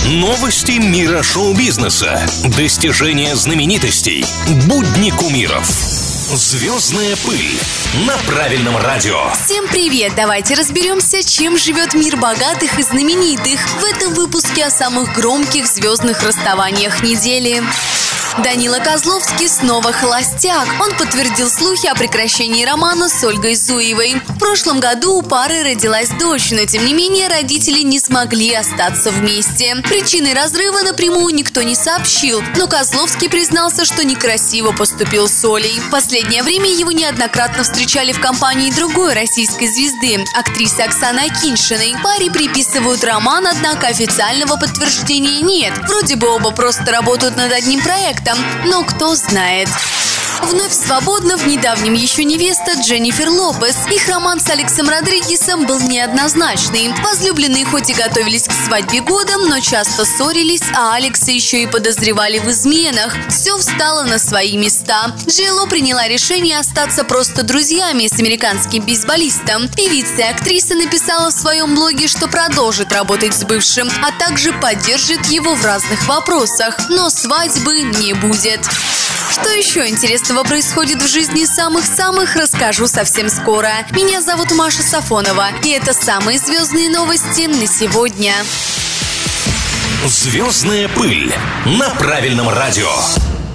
Новости мира шоу-бизнеса, достижения знаменитостей, будни кумиров. «Звездная пыль» на правильном радио. Всем привет! Давайте разберемся, чем живет мир богатых и знаменитых в этом выпуске о самых громких звездных расставаниях недели. Данила Козловский снова холостяк. Он подтвердил слухи о прекращении романа с Ольгой Зуевой. В прошлом году у пары родилась дочь, но тем не менее родители не смогли остаться вместе. Причиной разрыва напрямую никто не сообщил, но Козловский признался, что некрасиво поступил с Олей. В последнее время его неоднократно встречали в компании другой российской звезды, актрисы Оксаны Акиньшиной. Паре приписывают роман, однако официального подтверждения нет. Вроде бы оба просто работают над одним проектом, но кто знает. Вновь свободна в недавнем еще невеста Дженнифер Лопес. Их роман с Алексом Родригесом был неоднозначный. Возлюбленные хоть и готовились к свадьбе годом, но часто ссорились, а Алекса еще и подозревали в изменах. Все встало на свои места. Джей-Ло приняла решение остаться просто друзьями с американским бейсболистом. Певица и актриса написала в своем блоге, что продолжит работать с бывшим, а также поддержит его в разных вопросах. Но свадьбы не будет. Что еще интересного происходит в жизни самых-самых, расскажу совсем скоро. Меня зовут Маша Сафонова, и это самые звездные новости на сегодня. «Звездная пыль» на правильном радио.